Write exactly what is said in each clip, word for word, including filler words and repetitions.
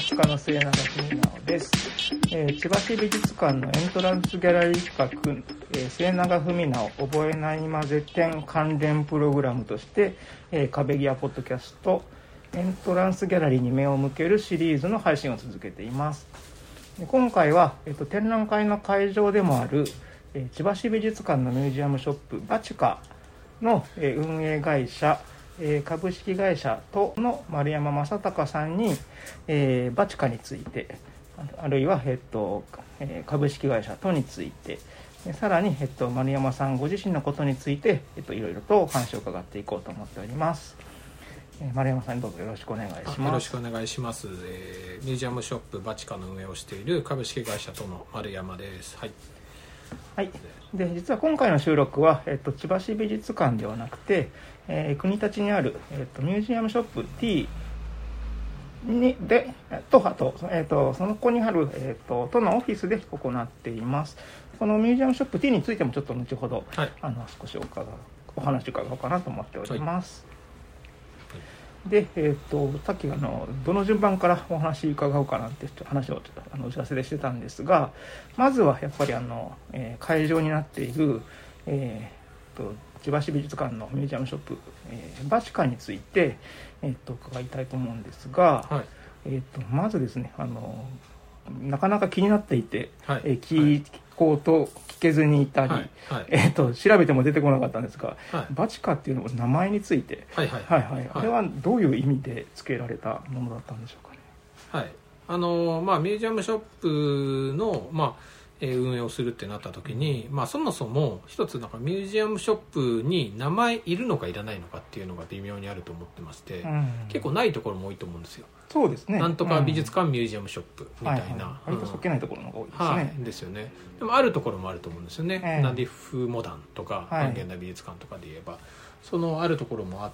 術家の末永文直です、えー、千葉市美術館のエントランスギャラリー企画、えー、末永文直覚えないまぜ展関連プログラムとして、えー、壁際ポッドキャストエントランスギャラリーに目を向けるシリーズの配信を続けています。で今回は、えーと、展覧会の会場でもある、えー、千葉市美術館のミュージアムショップバチカの、えー、運営会社株式会社との丸山正隆さんに、えー、バチカについてあるいは、えっとえー、株式会社とについてさらに、えっと、丸山さんご自身のことについて、えっと、いろいろとお話を伺っていこうと思っております、えー、丸山さんどうぞよろしくお願いします。 よろしくお願いします、えー、ミュージアムショップバチカの運営をしている株式会社との丸山です。はいはい、で実は今回の収録は、えっと、千葉市美術館ではなくて、えー、国立にある、えっと、ミュージアムショップ T にでとあと、えっと、その子にある、えっと、都のオフィスで行っています。このミュージアムショップ T についてもちょっと後ほど、はい、あの少しお伺うお話伺おうかなと思っております。はいで、えー、とさっきあのどの順番からお話伺おうかなって話をちょっとあのお知らせでしてたんですが、まずはやっぱりあの、えー、会場になっている、えー、と千葉市美術館のミュージアムショップ、えー、バチカについて、えー、と伺いたいと思うんですが、はいえー、とまずですねあのなかなか気になっていて、はいえー聞こうと聞けずにいたり、はいはいえー、と調べても出てこなかったんですが、はい、バチカっていうの名前について、はいはいはいはい、あれはどういう意味で付けられたものだったんでしょうかね。 はいあのまあ、ミュージアムショップの、まあえー、運営をするってなった時に、まあ、そもそも一つなんかミュージアムショップに名前いるのかいらないのかっていうのが微妙にあると思ってまして、うん、結構ないところも多いと思うんですよ。 そうですね。 なんとか美術館、うん、ミュージアムショップみたいな、はいはい、 割とそっけないところの方が多いですね、 はい、ですよね。でもあるところもあると思うんですよね、えー、ナディフモダンとか、はい、現代美術館とかで言えばそのあるところもあって、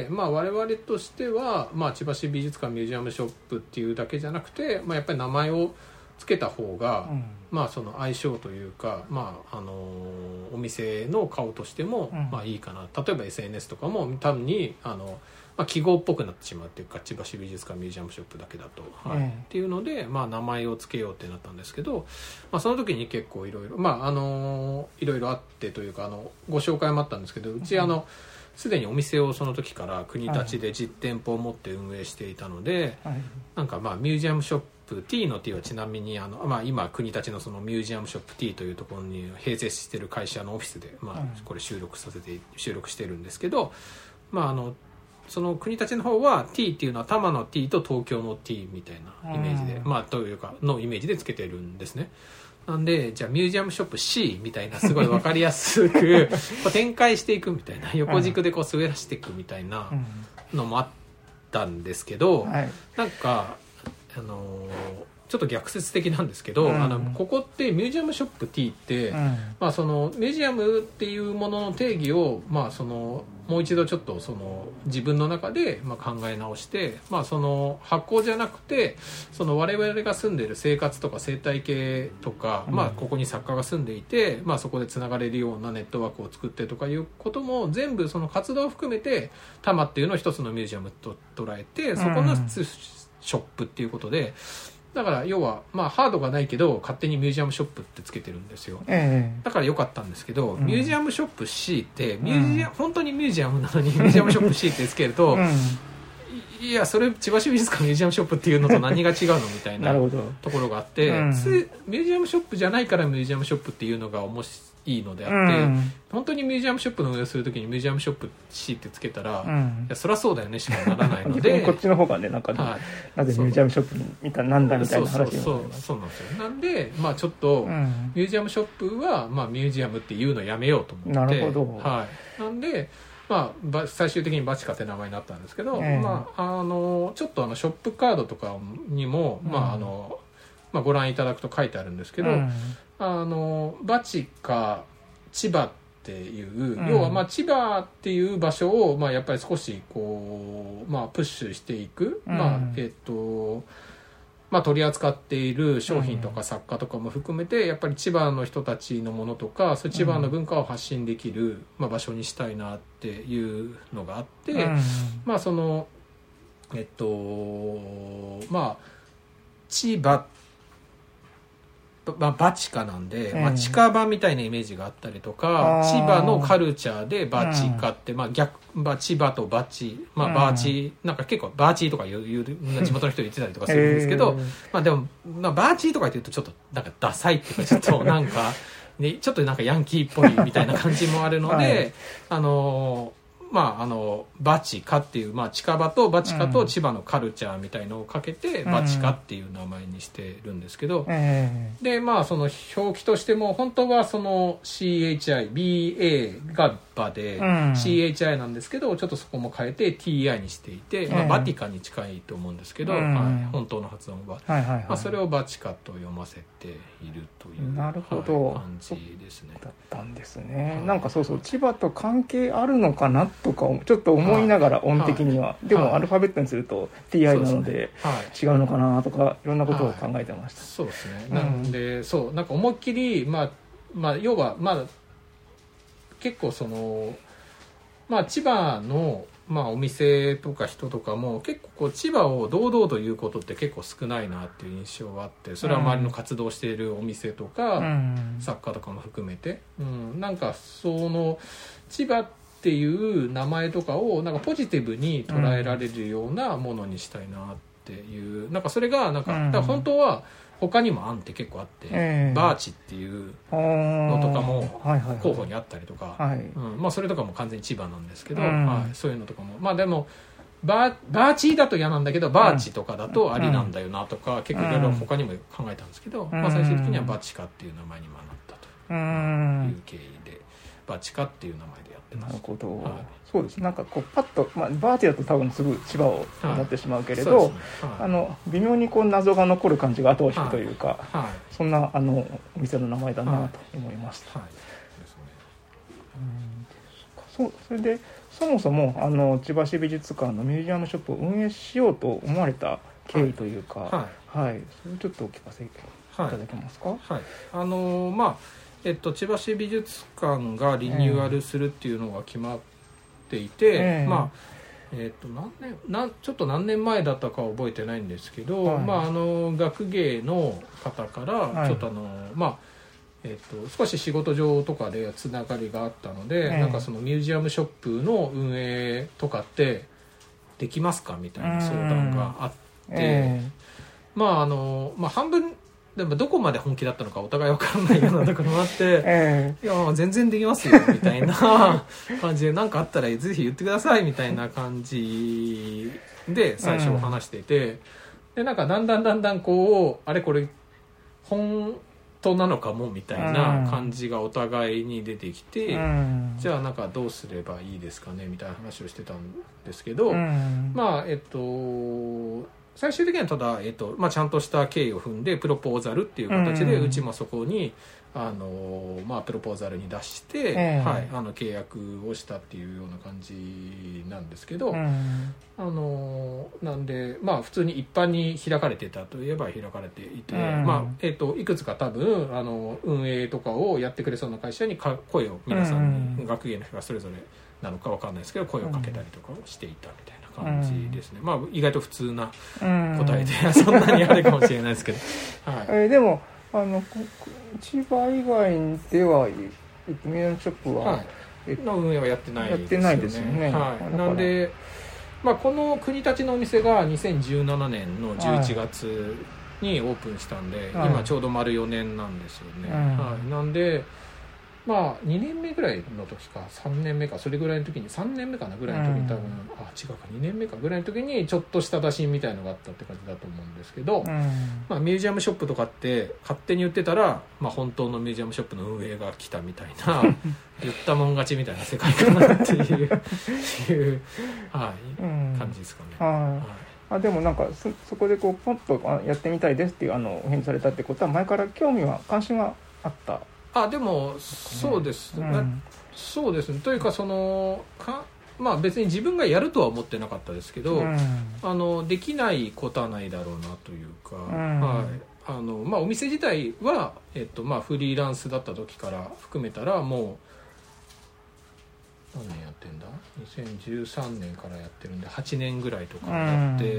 まあ、我々としては、まあ、千葉市美術館ミュージアムショップっていうだけじゃなくて、まあ、やっぱり名前を付けた方が、うんまあ、その相性というか、まああのー、お店の顔としても、うんまあ、いいかな。例えば エスエヌエス とかも単にあの、まあ、記号っぽくなってしまうっていうか千葉市美術館ミュージアムショップだけだと、はいうん、っていうので、まあ、名前を付けようってなったんですけど、まあ、その時に結構いろいろまああのー、いろいろあってというかあのご紹介もあったんですけどうち、うん、あのすでにお店をその時から国立で実店舗を持って運営していたので、はい、なんかまあミュージアムショップ T の T はちなみにあの、まあ、今国立のそのミュージアムショップ T というところに併設している会社のオフィスで、まあ、これ収録させて収録してるんですけど、まあ、あのその国立の方は T っていうのは多摩の T と東京の T みたいなイメージで、まあというかのイメージでつけてるんですね。なんでじゃあミュージアムショップ C みたいなすごい分かりやすくこう展開していくみたいな横軸でこう滑らしていくみたいなのもあったんですけど、はい、なんかあのちょっと逆説的なんですけど、うん、あのここってミュージアムショップ T って、うんまあ、そのミュージアムっていうものの定義を、まあ、そのもう一度ちょっとその自分の中でまあ考え直して、まあ、その発行じゃなくてその我々が住んでいる生活とか生態系とか、うんまあ、ここに作家が住んでいて、まあ、そこでつながれるようなネットワークを作ってとかいうことも全部その活動を含めて多摩っていうのを一つのミュージアムと捉えてそこのショップっていうことでだから要はまあハードがないけど勝手にミュージアムショップってつけてるんですよ、ええ、だから良かったんですけど、うん、ミュージアムショップ C ってミュージアム、うん、本当にミュージアムなのにミュージアムショップ C ってつけると、うん、いやそれ千葉市美術館ミュージアムショップっていうのと何が違うのみたいなところがあって、うん、ミュージアムショップじゃないからミュージアムショップっていうのが面白いいいのであって、うん、本当にミュージアムショップの運営をするときにミュージアムショップ C ってつけたら、うん、いやそりゃそうだよねしかならないのでこっちの方がねなんか、はい、なぜミュージアムショップみたいなんだみたいな話にそうそうそうそうなんですよ。なんでまあちょっと、うん、ミュージアムショップは、まあ、ミュージアムっていうのやめようと思って、 なるほど、 はい、なんでまあ、最終的にバチカって名前になったんですけど、えーまあ、あのちょっとあのショップカードとかにも、うんまああのまあ、ご覧いただくと書いてあるんですけど、うん、あのバチカ千葉っていう、うん、要はまあ千葉っていう場所を、まあ、やっぱり少しこう、まあ、プッシュしていく、うんまあえっとまあ、取り扱っている商品とか作家とかも含めて、やっぱり千葉の人たちのものとかそういう千葉の文化を発信できる、まあ、場所にしたいなっていうのがあって、うんまあそのえっとまあ千葉、まあ、バチカなんで、まあ、近場みたいなイメージがあったりとか、千葉のカルチャーでバチカって、まあ、逆、まあ、千葉とバチ、まあ、バーチ、なんか結構バーチとかいういう地元の人言ってたりとかするんですけど、まあでも、まあ、バーチとか言うとちょっとなんかダサいっていうか、ちょっとなんか、ね、ちょっとなんかヤンキーっぽいみたいな感じもあるので、はい、あのまああのバチカっていう、まあ、近場とバチカと千葉のカルチャーみたいのをかけて、うん、バチカっていう名前にしてるんですけど、うん、でまあその表記としても本当はその シーエイチアイ、ビーエー がバで、うん、シーエイチアイ なんですけどちょっとそこも変えて ティーアイ にしていて、まあ、バティカに近いと思うんですけど、うんはい、本当の発音は、はいはいはいまあ、それをバチカと読ませているというなるほど、 はい、感じですね。 だったんですね、はい、なんかそうそう千葉と関係あるのかなとかちょっと思いながら音的には、はい、でもアルファベットにすると ティーアイ なので違うのかなとかいろんなことを考えてました、はい、 そうですね、うん、なんでそうなんか思いっきり、まあまあ、要はまあ結構そのまあ千葉のまあお店とか人とかも結構こう千葉を堂々と言うことって結構少ないなっていう印象があってそれは周りの活動しているお店とか、うん、作家とかも含めて、うん、なんかその千葉っていう名前とかをなんかポジティブに捉えられるようなものにしたいなっていう、うん、なんかそれがなんか、うん、だから本当は他にも案って結構あって、えー、バーチっていうのとかも候補にあったりとか、はいはいはいうんまあ、それとかも完全に千葉なんですけど、うんはい、そういうのとかもまあでもバー、バーチだと嫌なんだけどバーチとかだとありなんだよなとか、うん、結構いろいろ他にも考えたんですけど、うんまあ、最終的にはバチカっていう名前になったという経緯でバチカっていう名前でやってます。 なるほど、はい、そうですなんかこうパッと、まあ、バーチだと多分すぐ千葉を思ってしまうけれど、はいねはい、あの微妙にこう謎が残る感じが後押しというか、はいはい、そんなあのお店の名前だなと思いました、はいはいですね、うん、そ, それでそもそもあの千葉市美術館のミュージアムショップを運営しようと思われた経緯というか、はいはい、それをちょっとお聞かせいただけますか。 はいはい、あのー、まあえっと、千葉市美術館がリニューアルするっていうのが決まっていて、えーまあえっと、何年なんちょっと何年前だったかは覚えてないんですけど、はいまあ、あの学芸の方からちょっとあの、はいまあえっと、少し仕事上とかでつながりがあったので、えー、なんかそのミュージアムショップの運営とかってできますかみたいな相談があって、えー、まああのまあ半分でもどこまで本気だったのかお互い分からないようなところもあって、えー、いや全然できますよみたいな感じで何かあったらぜひ言ってくださいみたいな感じで最初話していて、うん、でなんかだんだんだんだんこうあれこれ本当なのかもみたいな感じがお互いに出てきて、うん、じゃあなんかどうすればいいですかねみたいな話をしてたんですけど、うん、まあえっと最終的にはただ、えーとまあ、ちゃんとした経緯を踏んでプロポーザルっていう形で、うん、うちもそこにあの、まあ、プロポーザルに出して、えーはい、あの契約をしたっていうような感じなんですけど、うん、あのなんで、まあ、普通に一般に開かれてたといえば開かれていて、うんまあえーと、いくつか多分あの運営とかをやってくれそうな会社にか声を皆さんに、うん、学芸の人がそれぞれなのか分かんないですけど声をかけたりとかをしていたみたいな感じですね、うん、まあ意外と普通な答えで、うん、そんなにあれかもしれないですけど、はいえー、 でもあの千葉以外ではミュージアムショップは、はい、 の運営はやってないですよね。 やってないですよね、 はい、なんで、まあ、この国立のお店がにせんじゅうななねんのじゅういちがつにオープンしたんで、はい、今ちょうど丸よねんなんですよね、はいはい、なんでまあにねんめぐらいの時かさんねんめかそれぐらいの時にさんねんめかなぐらいの時に多分、うん、あ違うかにねんめかぐらいの時にちょっとした打診みたいのがあったって感じだと思うんですけど、うんまあ、ミュージアムショップとかって勝手に言ってたら、まあ、本当のミュージアムショップの運営が来たみたいな言ったもん勝ちみたいな世界かなっていういう、はい、うん、感じですかね、はいはいあでもなんか そ, そこでこうポンとやってみたいですっていうあのお返事されたってことは前から興味は関心はあったあでもそうですね、うん、そうですねというかそのかまあ別に自分がやるとは思ってなかったですけど、うん、あのできないことはないだろうなというか、うんはいあのまあ、お店自体は、えっとまあ、フリーランスだった時から含めたらもう何年やってんだにせんじゅうさんねんからやってるんではちねんぐらいとかやって、うん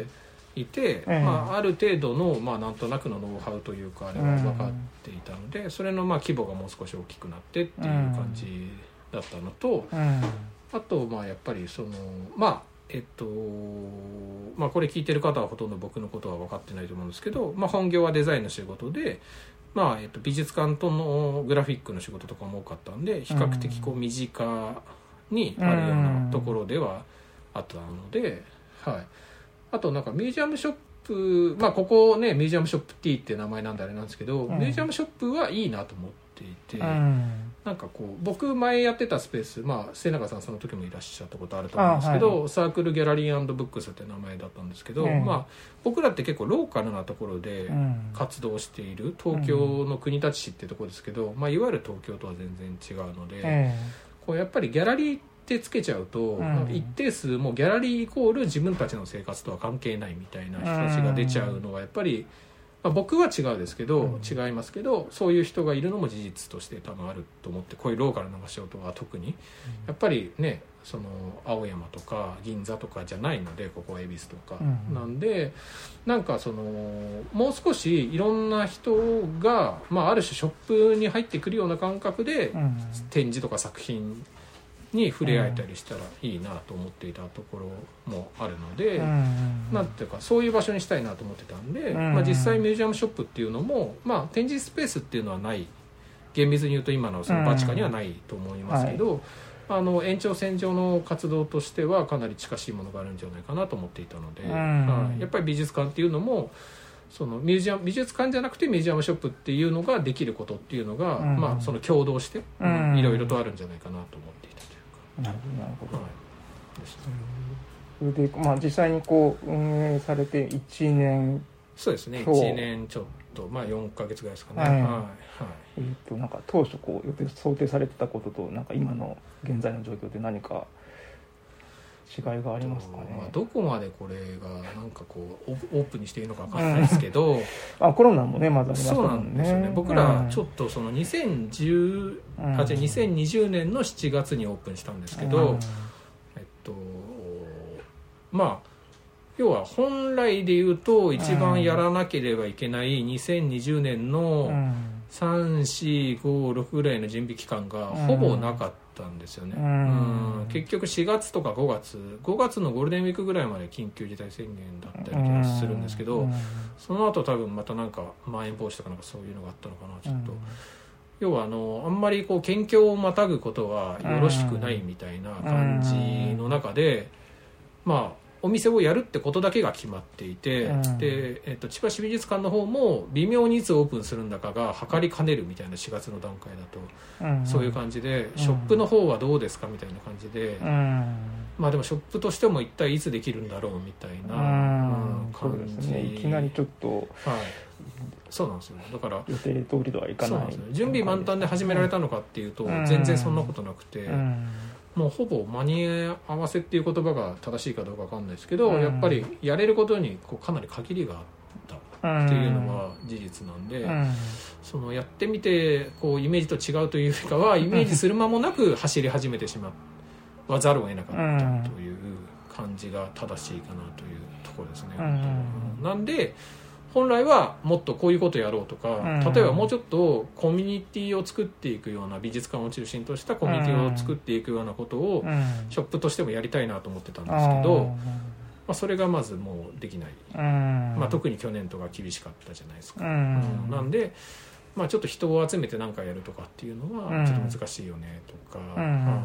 いて、 ええまあ、ある程度の、まあ、なんとなくのノウハウというかあれは分かっていたので、それのまあ規模がもう少し大きくなってっていう感じだったのと、 うんあとまあやっぱりそのまあえっとまあこれ聞いてる方はほとんど僕のことは分かってないと思うんですけど、まあ、本業はデザインの仕事で、まあえっと美術館とのグラフィックの仕事とかも多かったんで、比較的こう身近にあるようなところではあったので、はい、あとなんかミュージアムショップ、まあここねミュージアムショップ T って名前なんであれなんですけど、 うんミュージアムショップはいいなと思っていて、 うんなんかこう僕前やってたスペース、まあ末永さんその時もいらっしゃったことあると思うんですけど、 あ、 サークルギャラリー&ブックスって名前だったんですけど、 ええまあ僕らって結構ローカルなところでうん活動している東京の国立市っていうところですけど、まあいわゆる東京とは全然違うので、 えこうやっぱりギャラリーってつけちゃうと、 うん一定数もうギャラリーイコール自分たちの生活とは関係ないみたいな人たちが出ちゃうのがやっぱり、まあ、僕は違うですけど、 うん、 違いますけど、そういう人がいるのも事実として多分あると思って、こういうローカルな場所とは特にやっぱりね、その青山とか銀座とかじゃないので、ここは恵比寿とか、 うん、 なんでなんかそのもう少しいろんな人が、まあ、ある種ショップに入ってくるような感覚でうん展示とか作品に触れ合えたりしたらいいなと思っていたところもあるので、 うんなんていうかそういう場所にしたいなと思ってたんで、 うんまあ、実際ミュージアムショップっていうのも、まあ、展示スペースっていうのはない、厳密に言うと今のそのバチカにはないと思いますけど、うん、あの延長線上の活動としてはかなり近しいものがあるんじゃないかなと思っていたので、 うんはい、やっぱり美術館っていうのもそのミュージアム美術館じゃなくてミュージアムショップっていうのができることっていうのが、 うんまあ、その共同してうんいろいろとあるんじゃないかなと思っていたというか。 なるほどなるほど、 はいですね、 それで、まあ、実際にこう運営されていちねん、 そうですね、いそうちねんちょっと、まあ、よんかげつぐらいですかね、 はいはいはい、 えー、となんか当初こう予定想定されてたこととなんか今の現在の状況で何か違いがありますかね。 まあ、どこまでこれがなんかこうオープンにしていいのか分からないですけど、 あコロナもねまずありましたそうなもんね。 んですよね。僕らちょっとそのにせんじゅう、 うんあじゃあにせんにじゅうねんのしちがつにオープンしたんですけど、 うんえっとまあ要は本来で言うと一番やらなければいけないにせんにじゅうねんのさん、よん、ご、ろくぐらいの準備期間がほぼなかったんですよね、 うんうん、結局しがつとかごがつごがつのゴールデンウィークぐらいまで緊急事態宣言だったような気がするんですけど、 うんその後多分またなんかまん延防止とかなんかそういうのがあったのかなちょっと、うん、要はあのあんまりこう県境をまたぐことはよろしくないみたいな感じの中で、まあお店をやるってことだけが決まっていて、うん、で、えっと、千葉市美術館の方も微妙にいつオープンするんだかが測りかねるみたいなしがつの段階だと、うん、そういう感じで、うん、ショップの方はどうですかみたいな感じで、うん、まあでもショップとしても一体いつできるんだろうみたいな、うん感じ、 そうですね、いきなりちょっと、はい、 そうなんですよ。だから予定通りではいかない、 ね、準備満タンで始められたのかっていうと、全然そんなことなくて、もうほぼ間に合わせっていう言葉が正しいかどうか分かんないですけど、うん、やっぱりやれることにこうかなり限りがあったっていうのは事実なんで、うん、そのやってみてこうイメージと違うというかはイメージする間もなく走り始めてしまわざるを得なかったという感じが正しいかなというところですね、うん、なんで本来はもっとこういうことやろうとか、うん、例えばもうちょっとコミュニティを作っていくような美術館を中心としたコミュニティを作っていくようなことをショップとしてもやりたいなと思ってたんですけど、うんまあ、それがまずもうできない、うんまあ、特に去年とか厳しかったじゃないですか、うんうん、なんで、まあ、ちょっと人を集めて何かやるとかっていうのはちょっと難しいよねとか、うんはい、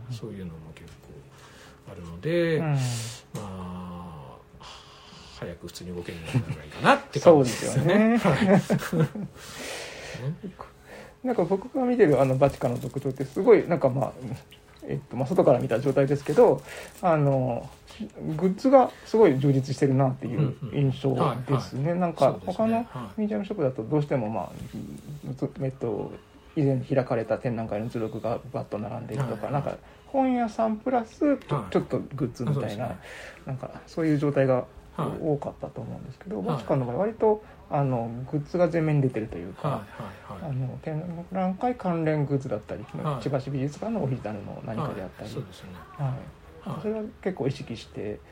そういうのも結構あるので、うん、まあ早く普通に動けるようになればいいかなって感じですよね。そうですよね。 なんか僕が見てるあのバチカの特徴ってすごいなんかまあ、えっとまあ外から見た状態ですけど、あのグッズがすごい充実してるなっていう印象ですね。なんか他のミュージアムショップだとどうしてもまあえっと以前開かれた展覧会の図録がバッと並んでいるとか、はい、なんか本屋さんプラスちょ、はい、ちょっとグッズみたいな、ね、なんかそういう状態が多かったと思うんですけど、バチカンの場合割とあのグッズが前面に出てるというか、はいはいはい、あの展覧会関連グッズだったり、はい、千葉市美術館のオリジナルの何かであったり、はい、そうですね、はい、はい、それは結構意識して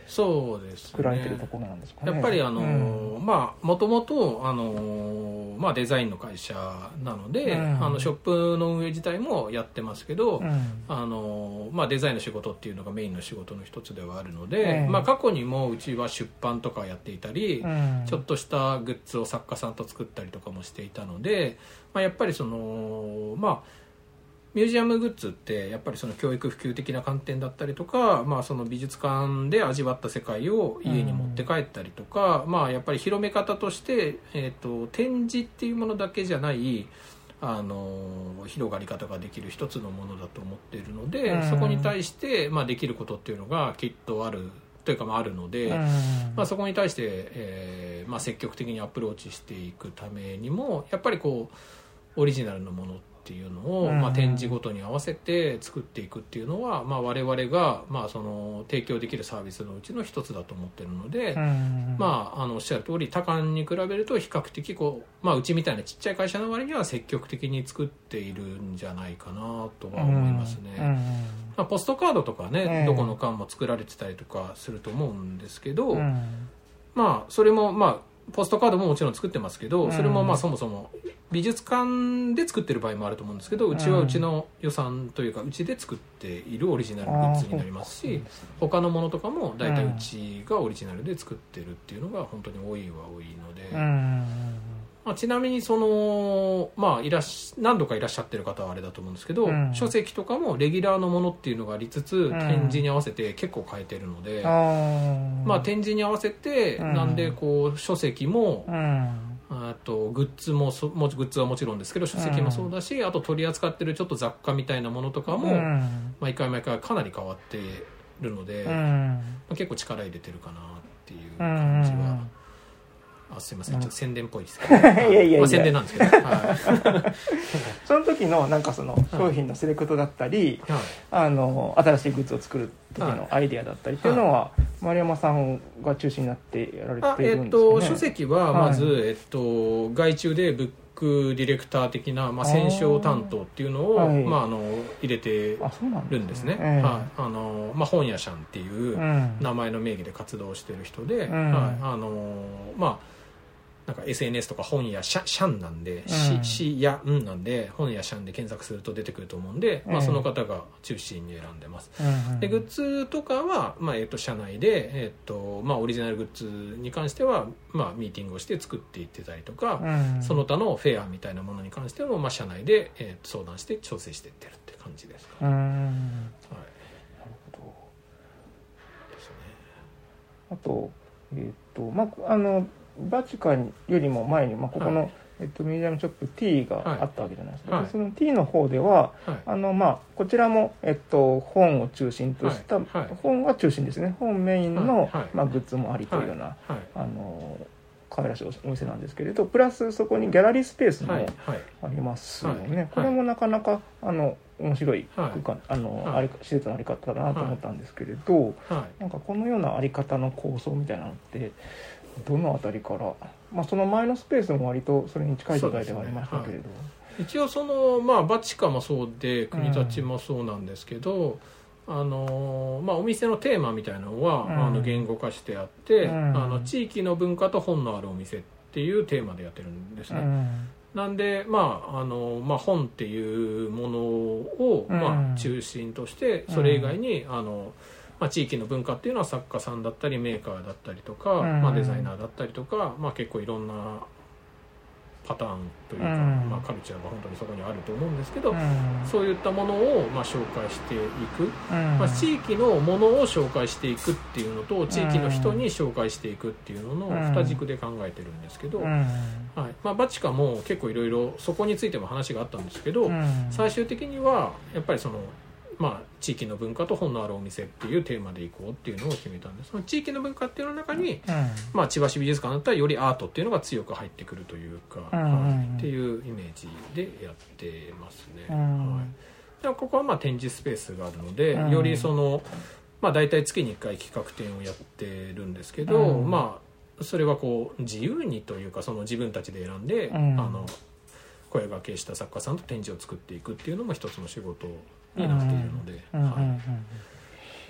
そうですね、 作られてるところなんですかね。 やっぱりあの、 うん、 まあもともとあの、まあ、デザインの会社なので、うん、あのショップの運営自体もやってますけど、うん、あのまあ、デザインの仕事っていうのがメインの仕事の一つではあるので、うん、まあ、過去にもうちは出版とかやっていたり、うん、ちょっとしたグッズを作家さんと作ったりとかもしていたので、まあ、やっぱりそのまあミュージアムグッズってやっぱりその教育普及的な観点だったりとか、まあ、その美術館で味わった世界を家に持って帰ったりとか、うん、まあ、やっぱり広め方として、えーと、展示っていうものだけじゃないあの広がり方ができる一つのものだと思っているので、うん、そこに対して、まあ、できることっていうのがきっとあるというか、まあ、あるので、うん、まあ、そこに対して、えーまあ、積極的にアプローチしていくためにもやっぱりこうオリジナルのものっていうのを、まあ、展示ごとに合わせて作っていくっていうのは、まあ、我々が、まあ、その提供できるサービスのうちの一つだと思ってるので、まあ、あのおっしゃる通り多館に比べると比較的こう、まあ、うちみたいなちっちゃい会社の割には積極的に作っているんじゃないかなとは思いますね。まあ、ポストカードとかね、どこの館も作られてたりとかすると思うんですけど、まあそれもまあポストカードももちろん作ってますけど、それもまあそもそも美術館で作ってる場合もあると思うんですけど、うちはうちの予算というかうちで作っているオリジナルグッズになりますし、他のものとかも大体うちがオリジナルで作ってるっていうのが本当に多いは多いので、まあ、ちなみにその、まあ、いらっし何度かいらっしゃってる方はあれだと思うんですけど、書籍とかもレギュラーのものっていうのがありつつ展示に合わせて結構変えてるので、まあ、展示に合わせてなんでこう書籍もあとグッズもそもグッズはもちろんですけど書籍もそうだし、あと取り扱ってるちょっと雑貨みたいなものとかも毎回毎回かなり変わってるので、まあ、結構力入れてるかなっていう感じは。あ、すいません、ちょっと宣伝っぽいですけど、いやいやいや、まあ、宣伝なんですけど、はい、 その時のなんかその商品のセレクトだったり、はい、あの新しいグッズを作る時のアイデアだったりっていうのは、はい、丸山さんが中心になってやられているんですかね。 えっと、書籍はまず、はい、えっと、外注でブックディレクター的な、まあ、選書担当っていうのを、はい、まあ、あの入れてるんですね。あ、えーはい、あのまあ、本屋さんっていう名前の名義で活動してる人で、うん、はい、あのまあなんか エスエヌエス とか本屋シャシャンなんで、うん、しやんなんで本屋シャンで検索すると出てくると思うんで、まあ、その方が中心に選んでます、うん、でグッズとかは、まあえー、と社内で、えーとまあ、オリジナルグッズに関しては、まあ、ミーティングをして作っていってたりとか、うん、その他のフェアみたいなものに関しても、まあ、社内で、えー、相談して調整していってるって感じですか、ね、うん、はい、なるほどですね。あとえっ、ー、とまああのバチカンよりも前に、まあ、ここの、はい、えっと、ミュージアムショップ T があったわけじゃないですか、はい、でその T の方では、はい、あのまあ、こちらも、えっと、本を中心とした、はいはい、本が中心ですね、本メインの、はいはい、まあ、グッズもありというような、はいはい、あの可愛らしいお店なんですけれど、プラスそこにギャラリースペースもありますよね、はいはい、これもなかなかあの面白い空間、はい、あの、はい、施設のあり方だなと思ったんですけれど、はい、なんかこのようなあり方の構想みたいなのってどのあたりから、まあ、その前のスペースも割とそれに近い状態ではありましたけれど、ね、 はい、一応その、まあ、バチカもそうで国立もそうなんですけど、うん、あのまあ、お店のテーマみたいなのは、うん、あの言語化してあって、うん、あの地域の文化と本のあるお店っていうテーマでやってるんですね、うん、なんで、まああのまあ、本っていうものを、まあ、中心としてそれ以外に、うん、あのまあ、地域の文化っていうのは作家さんだったりメーカーだったりとか、うんまあ、デザイナーだったりとか、まあ、結構いろんなパターンというか、うんまあ、カルチャーが本当にそこにあると思うんですけど、うん、そういったものをまあ紹介していく、うんまあ、地域のものを紹介していくっていうのと地域の人に紹介していくっていうのの二軸で考えてるんですけど、うんはいまあ、バチカも結構いろいろそこについても話があったんですけど、うん、最終的にはやっぱりそのまあ、地域の文化と本のあるお店っていうテーマでいこうっていうのを決めたんです。その地域の文化っていうの中に、うんまあ、千葉市美術館だったらよりアートっていうのが強く入ってくるというか、うんはい、っていうイメージでやってますね、うんはい、でここはまあ展示スペースがあるので、うん、よりその、まあ、大体月にいっかい企画展をやってるんですけど、うん、まあそれはこう自由にというかその自分たちで選んで、うん、あの声掛けした作家さんと展示を作っていくっていうのも一つの仕事になっているので、うんはい、 へ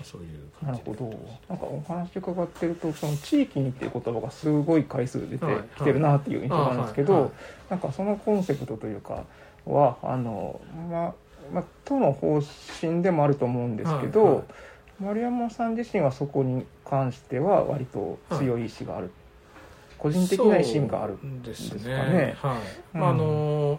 そういう感じで。 なるほど。なんかお話伺ってるとその地域にっていう言葉がすごい回数出てきてるなっていう印象なんですけど、はいはい、なんかそのコンセプトというかはあの、まま、都の方針でもあると思うんですけど、はいはい、丸山さん自身はそこに関しては割と強い意志がある、はい、個人的な意思があるんですかね。 はい、うん、まああの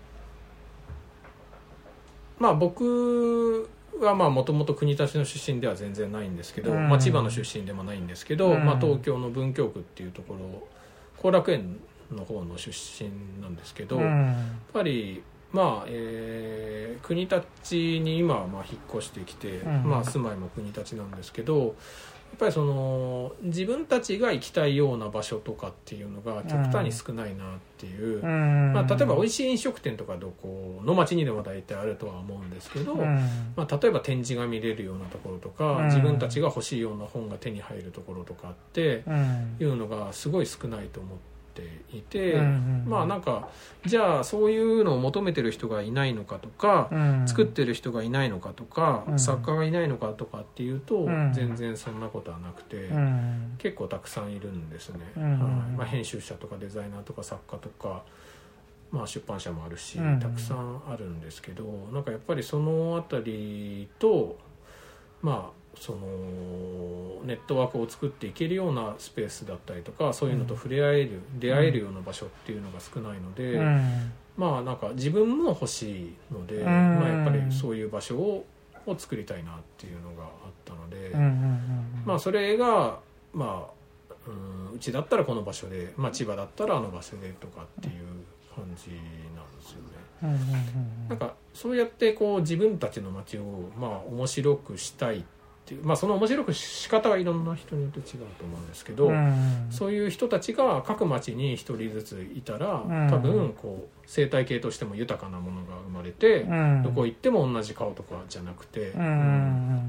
まあ僕はもともと国立の出身では全然ないんですけど、うん、まあ、千葉の出身でもないんですけど、うん、まあ、東京の文京区っていうところ後楽園の方の出身なんですけど、うん、やっぱりまあえー、国立に今はまあ引っ越してきて、うん、まあ、住まいも国立なんですけど、やっぱりその自分たちが行きたいような場所とかっていうのが極端に少ないなっていう、うん、まあ、例えば美味しい飲食店とかどこの町にでも大体あるとは思うんですけど、うん、まあ、例えば展示が見れるようなところとか、うん、自分たちが欲しいような本が手に入るところとかって、うん、いうのがすごい少ないと思っていて、うん、まあなんかじゃあそういうのを求めてる人がいないのかとか、うん、作ってる人がいないのかとか、うん、作家がいないのかとかっていうと、うん、全然そんなことはなくて、うん、結構たくさんいるんですね、うん、はい、まあ、編集者とかデザイナーとか作家とか、まあ、出版社もあるし、うん、たくさんあるんですけど、なんかやっぱりそのあたりとまあそのネットワークを作っていけるようなスペースだったりとか、そういうのと触れ合える、うん、出会えるような場所っていうのが少ないので、うん、まあなんか自分も欲しいので、うん、まあ、やっぱりそういう場所をを作りたいなっていうのがあったので、うん、まあそれがまあ、うん、うちだったらこの場所で、まあ、千葉だったらあの場所でとかっていう感じなんですよね。うんうんうん、なんかそうやってこう自分たちの街をまあ面白くしたいっていう、まあ、その面白く仕方はいろんな人によって違うと思うんですけど、うん、そういう人たちが各町に一人ずついたら、うん、多分こう生態系としても豊かなものが生まれて、うん、どこ行っても同じ顔とかじゃなくて、うんうん、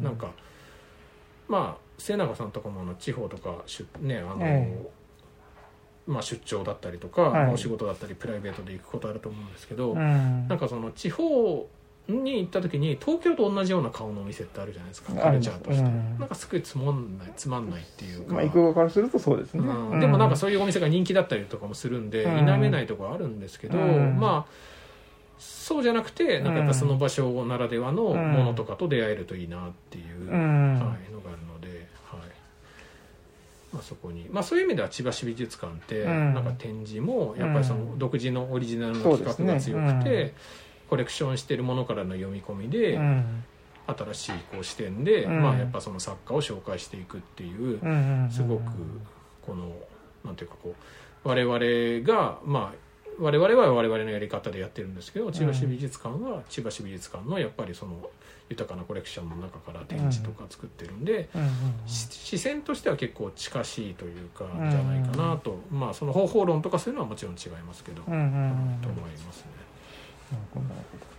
なんかまあ末永さんとかもあの地方とかねあの、えーまあ、出張だったりとか、はい、お仕事だったりプライベートで行くことあると思うんですけど、うん、なんかその地方に行った時に東京と同じような顔のお店ってあるじゃないですか、カルチャーとして、うん、なんかすごいつまんないつまんないっていうか、 まあ、行く側からするとそうですね、 うん、でもなんかそういうお店が人気だったりとかもするんで、うん、否めないところあるんですけど、うん、まあそうじゃなくてなんかやっぱその場所ならではのものとかと出会えるといいなっていう、うん、はい、のがあるので、はい、まあ、そこに、まあ、そういう意味では千葉市美術館って、うん、なんか展示もやっぱりその独自のオリジナルの企画が強くて、うんね、うん、コレクションしてるものからの読み込みで、うん、新しいこう視点で、うん、まあ、やっぱその作家を紹介していくっていう、うん、すごくこのなんていうかこう我々がまあ我々は我々のやり方でやってるんですけど、千葉市美術館は千葉市美術館のやっぱりその豊かなコレクションの中から展示とか作ってるんで、うんうんうん、視線としては結構近しいというか、うん、じゃないかなと、まあその方法論とかそういうのはもちろん違いますけど、うんうんうん、と思いますね。なるほど、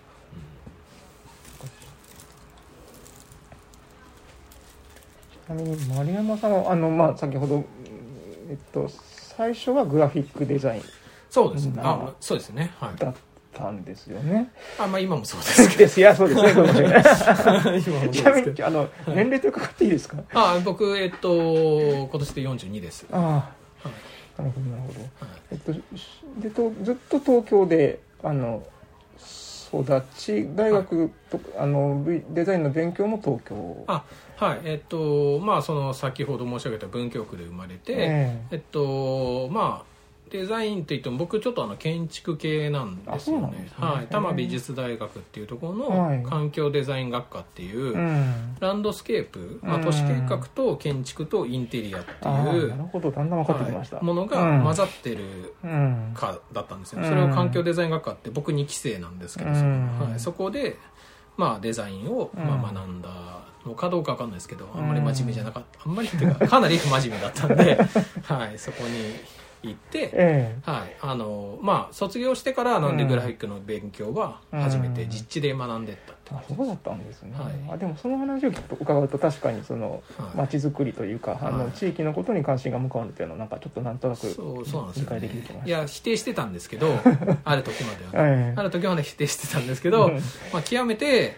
うん、ちなみに丸山さんはあの、まあ、先ほど、えっと、最初はグラフィックデザイン、 そうですね、あ、そうですね、はい、 だったんですよね。 あ、まあ今もそうですけど。 いや、そうですね、そうですね。ちなみにあの年齢と伺っていいですか？ あ、僕えっと今年でよんじゅうにです。あ、 はい、なるほどなるほど。はい、えっとでとずっと東京であの育ち、大学と、はい、あのデザインの勉強も東京。 あ、はい、えっとまあその先ほど申し上げた文京区で生まれて、えー、えっとまあデザインといっても僕ちょっとあの建築系なんですよね。はい、多摩美術大学っていうところの環境デザイン学科っていう、はい、ランドスケープ、まあ、都市計画と建築とインテリアっていう、 なるほど、だんだん分かってきました、 はい、ものが混ざってる科だったんですよ、うん、それを環境デザイン学科って僕にき生なんですけど、うん、はい、そこで、まあ、デザインをまあ学んだのかどうか分かんないですけど、あんまり真面目じゃなかった、あんまりっていうかかなり不真面目だったんで、はい、そこに行って、ええ、はい、あのまあ卒業してからなんでグラフィックの勉強は初めて実地で学んでったって感じです。あ、そうだったんですね、はい、あでもその話を伺うと確かにその街づくりというか、はい、あの地域のことに関心が向かうっていうのはなんかちょっとなんとなく理解できてきました。 いや否定してたんですけどある時までは、ね、はい、ある時まで否定してたんですけど、まあ、極めて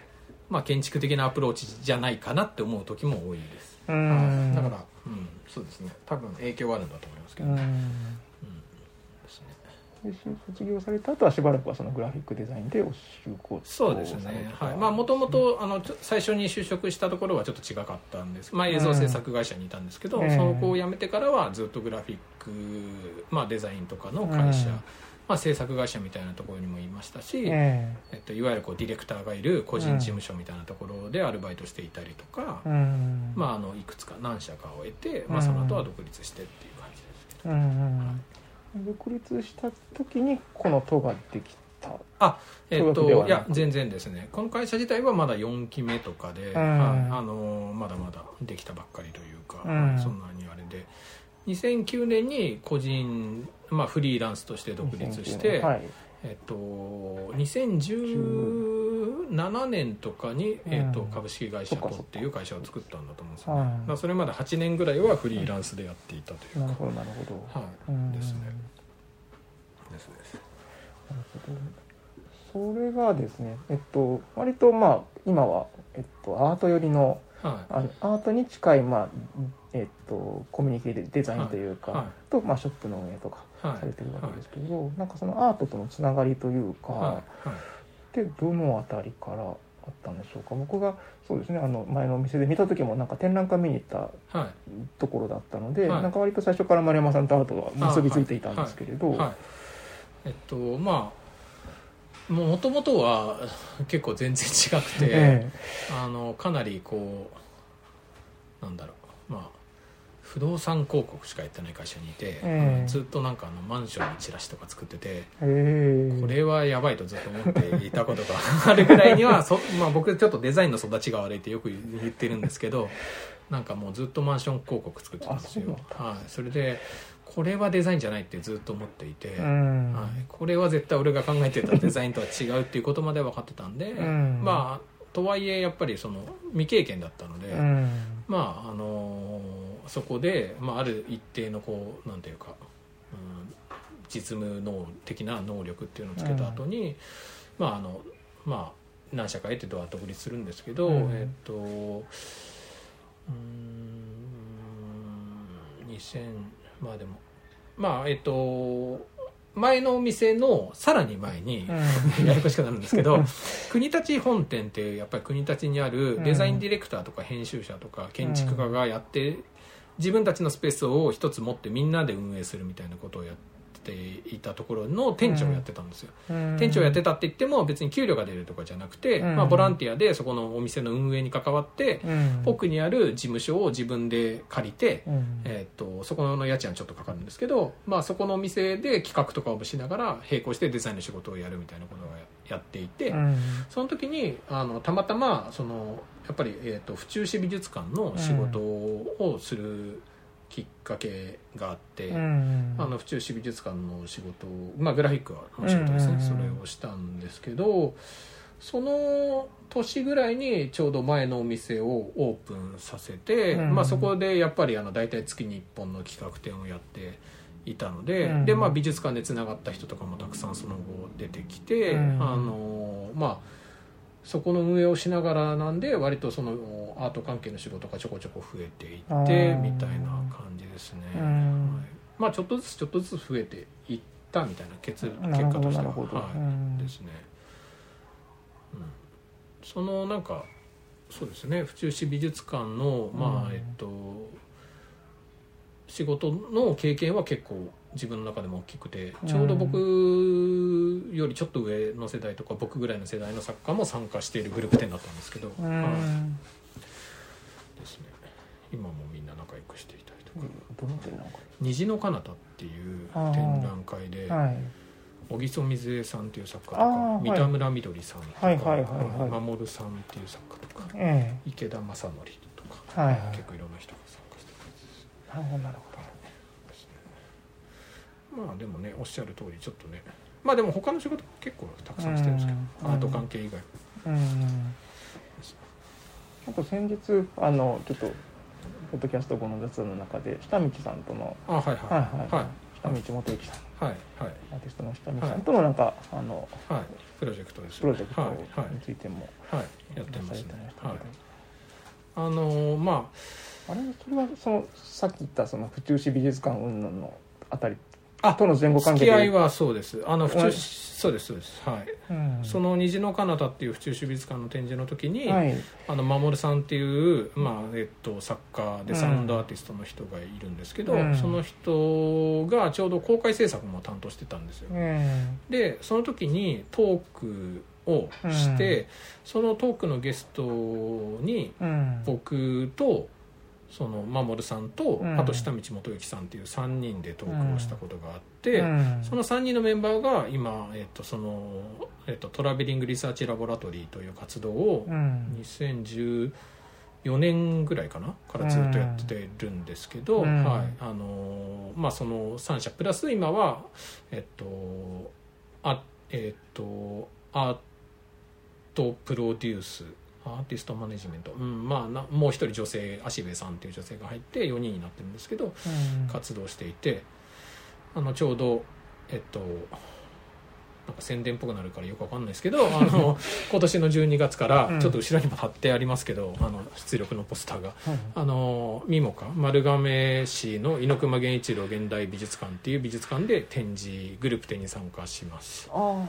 まあ、建築的なアプローチじゃないかなって思う時も多いです。 うん、 だから、うん、そうですね、多分影響はあるんだと思いますけど、ね、うん、うんですね。 で卒業された後はしばらくはそのグラフィックデザインでお仕事をそうですね、はい、まあもともと最初に就職したところはちょっと違かったんです、まあ、映像制作会社にいたんですけど、うん、その子を辞めてからはずっとグラフィック、まあ、デザインとかの会社、うん、まあ、制作会社みたいなところにもいましたし、うん、えっと、いわゆるこうディレクターがいる個人事務所みたいなところでアルバイトしていたりとか、うん、まあ、あのいくつか何社かを得て、まあ、その後は独立してっていう感じですけど、うん、はい、 独立した時にこの都ができた。 あ、えっといや全然ですね、この会社自体はまだよんきめとかで、うん、はい、あのまだまだできたばっかりというか、うん、そんなにあれでにせんきゅうねんに個人、まあ、フリーランスとして独立して、はい、えっと、にせんじゅうななねんとかに、うん、えっと、株式会社とっていう会社を作ったんだと思うんですよね、うん、だからそれまではちねんぐらいはフリーランスでやっていたというか、なるほどなるほど、はい、うん、ですねですですなるほど。それがですね、えっと、割とまあ今は、えっと、アート寄りの、はい、あのアートに近い、まあえっと、コミュニケーションデザインというか、はいはい、と、まあ、ショップの運営とかされてるわけですけど、はいはい、なんかそのアートとのつながりというか、はいはい、でどのあたりからあったんでしょうか。僕がそうですね、あの前のお店で見た時もなんか展覧会見に行ったところだったので、はい、なんか割と最初から丸山さんとアートは結びついていたんですけれど、はいはいはい、 えっとまあもともとは結構全然違くて、ええ、あのかなりこうなんだろう、まあ不動産広告しかやってない会社にいて、ええ、ずっとなんかあのマンションのチラシとか作ってて、え、これはやばいとずっと思っていたことがあるぐらいにはそ、まあ、僕ちょっとデザインの育ちが悪いってよく言ってるんですけど、なんかもうずっとマンション広告作ってたんですよ。はい、それでこれはデザインじゃないってずっと思っていて、はい、これは絶対俺が考えてたデザインとは違うっていうことまで分かってたんで、まあとはいえやっぱりその未経験だったので、まああのー、そこで、まあ、ある一定のこうなんていうか、うん、実務能的な能力っていうのをつけた後に、まああのまあ何社か得てドア独立するんですけど、えっとうーんにせんまあでもまあえっと前のお店のさらに前に、うん、ややこしくなるんですけど国立本店ってやっぱり国立にあるデザインディレクターとか編集者とか建築家がやって、うん、自分たちのスペースを一つ持ってみんなで運営するみたいなことをやっていたところの店長をやってたんですよ、うん、店長をやってたって言っても別に給料が出るとかじゃなくて、うん、まあ、ボランティアでそこのお店の運営に関わって、うん、奥にある事務所を自分で借りて、うん、えー、っとそこの家賃はちょっとかかるんですけど、まあ、そこのお店で企画とかをしながら並行してデザインの仕事をやるみたいなことをやっていて、うん、その時にあのたまたまそのやっぱり、えー、っと府中市美術館の仕事をするきっかけがあって、うん、あの府中市美術館の仕事を、まあ、グラフィックの仕事ですね、うん、それをしたんですけど、その年ぐらいにちょうど前のお店をオープンさせて、うん、まあ、そこでやっぱりあの大体月にいっぽんの企画展をやっていたので、うん、でまあ、美術館でつながった人とかもたくさんその後出てきて、うん、あのまあそこの運営をしながらなんで割とそのアート関係の仕事がちょこちょこ増えていってみたいな感じですね、はい、まあちょっとずつちょっとずつ増えていったみたいな 結, 結果としては、はい、ですね、うん、そのなんかそうですね、府中市美術館のまあえっと仕事の経験は結構自分の中でも大きくて、ちょうど僕よりちょっと上の世代とか僕ぐらいの世代の作家も参加しているグループ展だったんですけど、うん、はい、ですね、今もみんな仲良くしていたりとか、 どの展覧会？ 虹の彼方っていう展覧会で、はい、小木曽水江さんっていう作家とか、三田村みどりさんとか、はいはいはいはい、守さんっていう作家とか、えー、池田正則とか、はいはい、結構いろんな人が参加してます。 なるほどなるほど。 まあでもね、おっしゃる通りちょっとね、まあでも他の仕事結構たくさんしてるんですけど、アート関係以外も、うん、 あと先日あのちょっとポッドキャスト後の雑談の中で下道さんとの、 あ、はいはい、はいはい、 下道元之さん、 はいはい、 アーティストの下道さんとのなんか、はい、あの、 はい、プロジェクトですね。 プロジェクトについても、 はいはい、やってますね。はい、 あのー、まああれそれはそのさっき言ったその府中市美術館云々のあたりとの前後関係で、 付き合いはそうです。あの府中市、そうですそうです。はい。うん、その虹の彼方っていう府中市美術館の展示の時に、はい、あの守さんっていうまあえっと作家でサウンドアーティストの人がいるんですけど、うん、その人がちょうど公開制作も担当してたんですよ。うん、でその時にトークをして、うん、そのトークのゲストに僕とその守さんと、うん、あと下道元之さんっていうさんにんでトークをしたことがあって、うん、そのさんにんのメンバーが今、えっとそのえっと、トラベリングリサーチラボラトリーという活動をにせんじゅうよねんぐらいかなからずっとやってるんですけど、うん、はい、あのまあそのさん社プラス今はえっとあえっとアートプロデュースアーティストマネジメント、うん、まあなもう一人女性芦部さんっていう女性が入ってよにんになってるんですけど、うん、活動していて、あのちょうどえっとなんか宣伝っぽくなるからよくわかんないですけどあの今年のじゅうにがつからちょっと後ろにも貼ってありますけど、うん、あの出力のポスターが、うん、あのミモカ丸亀市の猪熊源一郎現代美術館っていう美術館で展示グループ展に参加します。あ、はい、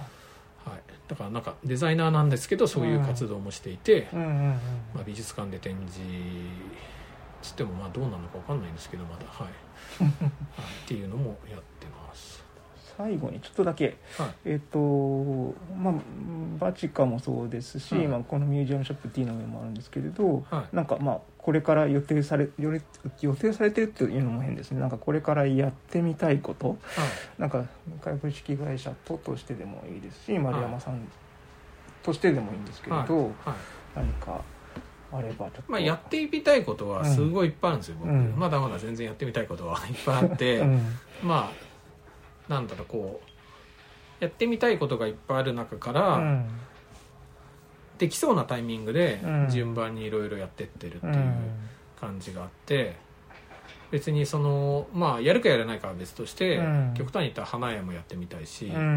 だからなんかデザイナーなんですけどそういう活動もしていて、うんうんうんうん、まあ、美術館で展示つってもまあどうなのか分かんないんですけどまだ、はいはい、っていうのもやってます。 最後にちょっとだけ、はい、えっ、ー、とまあバチカもそうですし、はい、まあ、このミュージアムショップ T の上もあるんですけれど、はい、なんかまあこれから予定され予定されてるっていうのも変ですね。なんかこれからやってみたいこと、はい、なんか株式会社ととしてでもいいですし丸山さんとしてでもいいんですけれど、はいはい、何かあればちょっと、 まあ、やってみたいことはすごいいっぱいあるんですよ、うん、僕、うん、まだまだ全然やってみたいことはいっぱいあって、うん、まあなんだろうこうやってみたいことがいっぱいある中から、うん、できそうなタイミングで順番にいろいろやってってるっていう感じがあって、別にそのまあやるかやらないかは別として、うん、極端に言ったら花屋もやってみたいし、うん、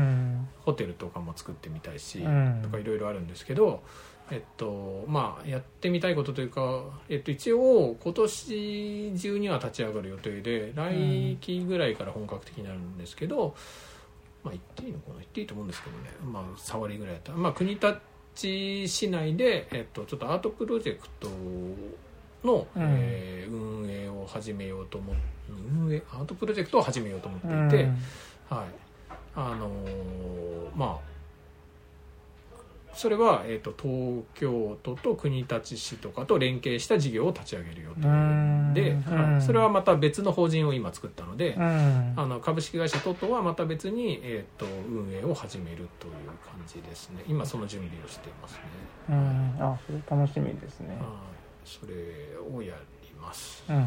ホテルとかも作ってみたいし、うん、とかいろいろあるんですけど、えっとまあやってみたいことというか、えっと一応今年中には立ち上がる予定で来期ぐらいから本格的になるんですけど、まあ言っていいのかな、言っていいと思うんですけどね、まあ触りぐらいだったら、まあ国立市内で、えっと、ちょっとアートプロジェクトの、うん、えー、運営を始めようと思って運営アートプロジェクトを始めようと思っていて、うん、はい、あのー、まあそれは、えーと、東京都と国立市とかと連携した事業を立ち上げる予定で、はい、それはまた別の法人を今作ったので、うん、あの株式会社トトはまた別に、えーと、運営を始めるという感じですね。今その準備をしていますね。 うん、あ、それ楽しみですね。 はい、それをやります、うんうん、はい、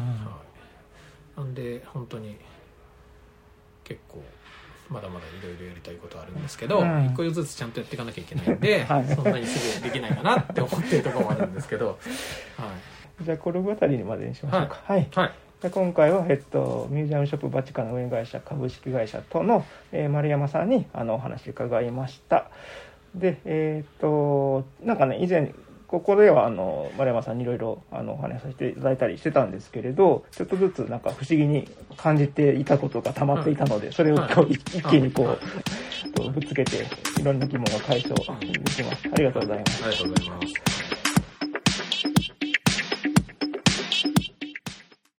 なんで本当に結構まだまだいろいろやりたいことあるんですけど、うん、一個ずつちゃんとやっていかなきゃいけないんで、はい、そんなにすぐできないかなって思ってるところもあるんですけど、はい、 じゃあこれあたりまでにしましょうか。はい、はい、で今回は、えっと、ミュージアムショップバチカの運営会社株式会社との、えー、丸山さんにあのお話伺いました。で、えー、っとなんかね以前ここではあの丸山さんにいろいろお話しさせていただいたりしてたんですけれど、ちょっとずつなんか不思議に感じていたことが溜まっていたので、それを今日一気にこうぶつけていろんな疑問が解消できます。ありがとうございます。 ありがとうございます。